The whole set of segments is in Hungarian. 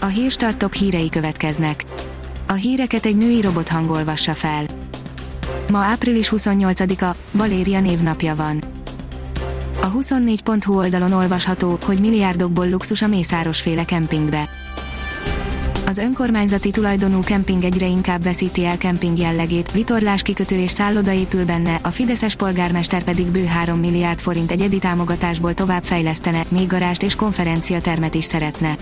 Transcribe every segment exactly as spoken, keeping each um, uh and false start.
A Hírstart top hírei következnek. A híreket egy női robothang olvassa fel. Ma április huszonnyolcadika, Valéria névnapja van. A huszonnégy pont hu oldalon olvasható, hogy milliárdokból luxus a Mészárosféle kempingbe. Az önkormányzati tulajdonú kemping egyre inkább veszíti el kemping jellegét, vitorláskikötő és szálloda épül benne, a fideszes polgármester pedig bő három milliárd forint egyedi támogatásból tovább fejlesztene, még garást és konferenciatermet is szeretne.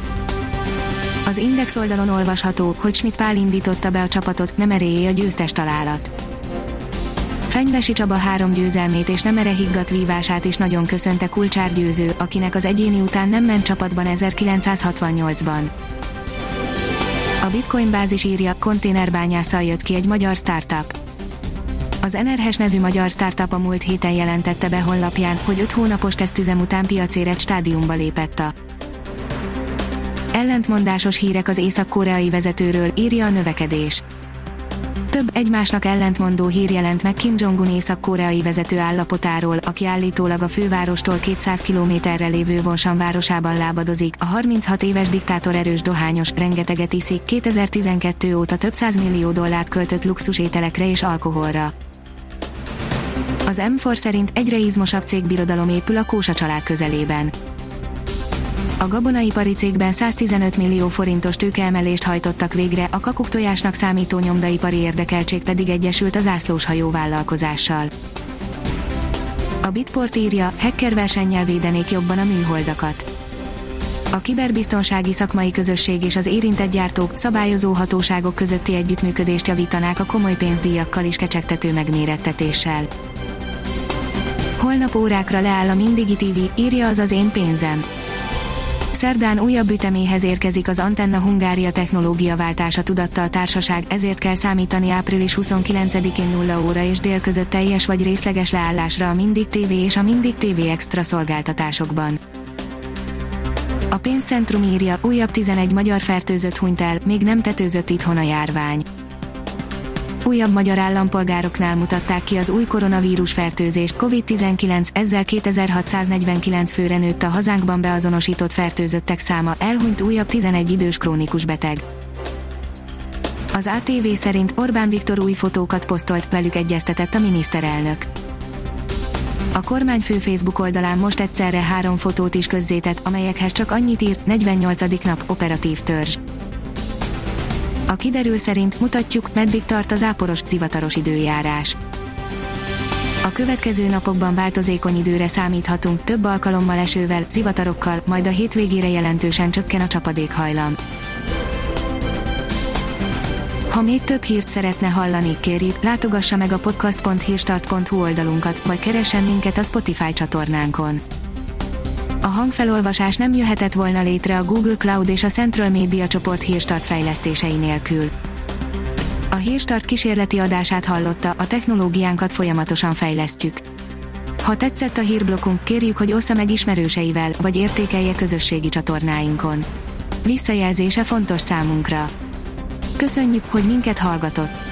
Az Index oldalon olvasható, hogy Schmidt Pál indította be a csapatot, nem erélyé a győztes találat. Fenyvesi Csaba három győzelmét és nem ere higgadt vívását is nagyon köszönte Kulcsár Győző, akinek az egyéni után nem ment csapatban ezerkilencszázhatvannyolcban. A Bitcoin bázis írja, konténerbányásszal jött ki egy magyar startup. Az Enerhes nevű magyar startup a múlt héten jelentette be honlapján, hogy öt hónapos tesztüzem után piacérett stádiumba lépett a ellentmondásos hírek az észak-koreai vezetőről, írja a Növekedés. Több egymásnak ellentmondó hír jelent meg Kim Jong-un észak-koreai vezető állapotáról, aki állítólag a fővárostól kétszáz kilométerre lévő Wonsan városában lábadozik. A harminchat éves diktátor erős dohányos, rengeteget iszik, kétezer-tizenkettő óta több százmillió dollárt költött luxusételekre és alkoholra. Az M négy szerint egyre izmosabb cégbirodalom épül a Kósa család közelében. A gabonaipari cégben száztizenöt millió forintos tőkeemelést hajtottak végre, a kakuktojásnak számító nyomdaipari érdekeltség pedig egyesült a zászlóshajó vállalkozással. A Bitport írja, hackerversennyel védenék jobban a műholdakat. A kiberbiztonsági szakmai közösség és az érintett gyártók, szabályozó hatóságok közötti együttműködést javítanák a komoly pénzdíjakkal is kecsegtető megmérettetéssel. Holnap órákra leáll a Mindigi té vé, írja az Az Én Pénzem. Szerdán újabb üteméhez érkezik az Antenna Hungária technológiaváltása, tudatta a társaság, ezért kell számítani április huszonkilencedikén nulla óra és dél között teljes vagy részleges leállásra a Mindig té vé és a Mindig té vé Extra szolgáltatásokban. A Pénzcentrum írja, újabb tizenegy magyar fertőzött hunyt el, még nem tetőzött itthon a járvány. Újabb magyar állampolgároknál mutatták ki az új koronavírus fertőzést, kovid tizenkilenc, ezzel kétezer-hatszáznegyvenkilenc főre nőtt a hazánkban beazonosított fertőzöttek száma, elhunyt újabb tizenegy idős krónikus beteg. Az á té vé szerint Orbán Viktor új fotókat posztolt, velük egyeztetett a miniszterelnök. A kormányfő Facebook oldalán most egyszerre három fotót is közzétett, amelyekhez csak annyit írt, negyvennyolcadik nap, operatív törzs. A kiderül szerint mutatjuk, meddig tart az záporos, zivataros időjárás. A következő napokban változékony időre számíthatunk, több alkalommal esővel, zivatarokkal, majd a hétvégére jelentősen csökken a csapadékhajlam. Ha még több hírt szeretne hallani, kérjük, látogassa meg a podcast pont hírstart pont hu oldalunkat, vagy keressen minket a Spotify csatornánkon. A hangfelolvasás nem jöhetett volna létre a Google Cloud és a Central Media csoport Hírstart fejlesztései nélkül. A Hírstart kísérleti adását hallotta, a technológiánkat folyamatosan fejlesztjük. Ha tetszett a hírblokkunk, kérjük, hogy ossza meg ismerőseivel, vagy értékelje közösségi csatornáinkon. Visszajelzése fontos számunkra. Köszönjük, hogy minket hallgatott!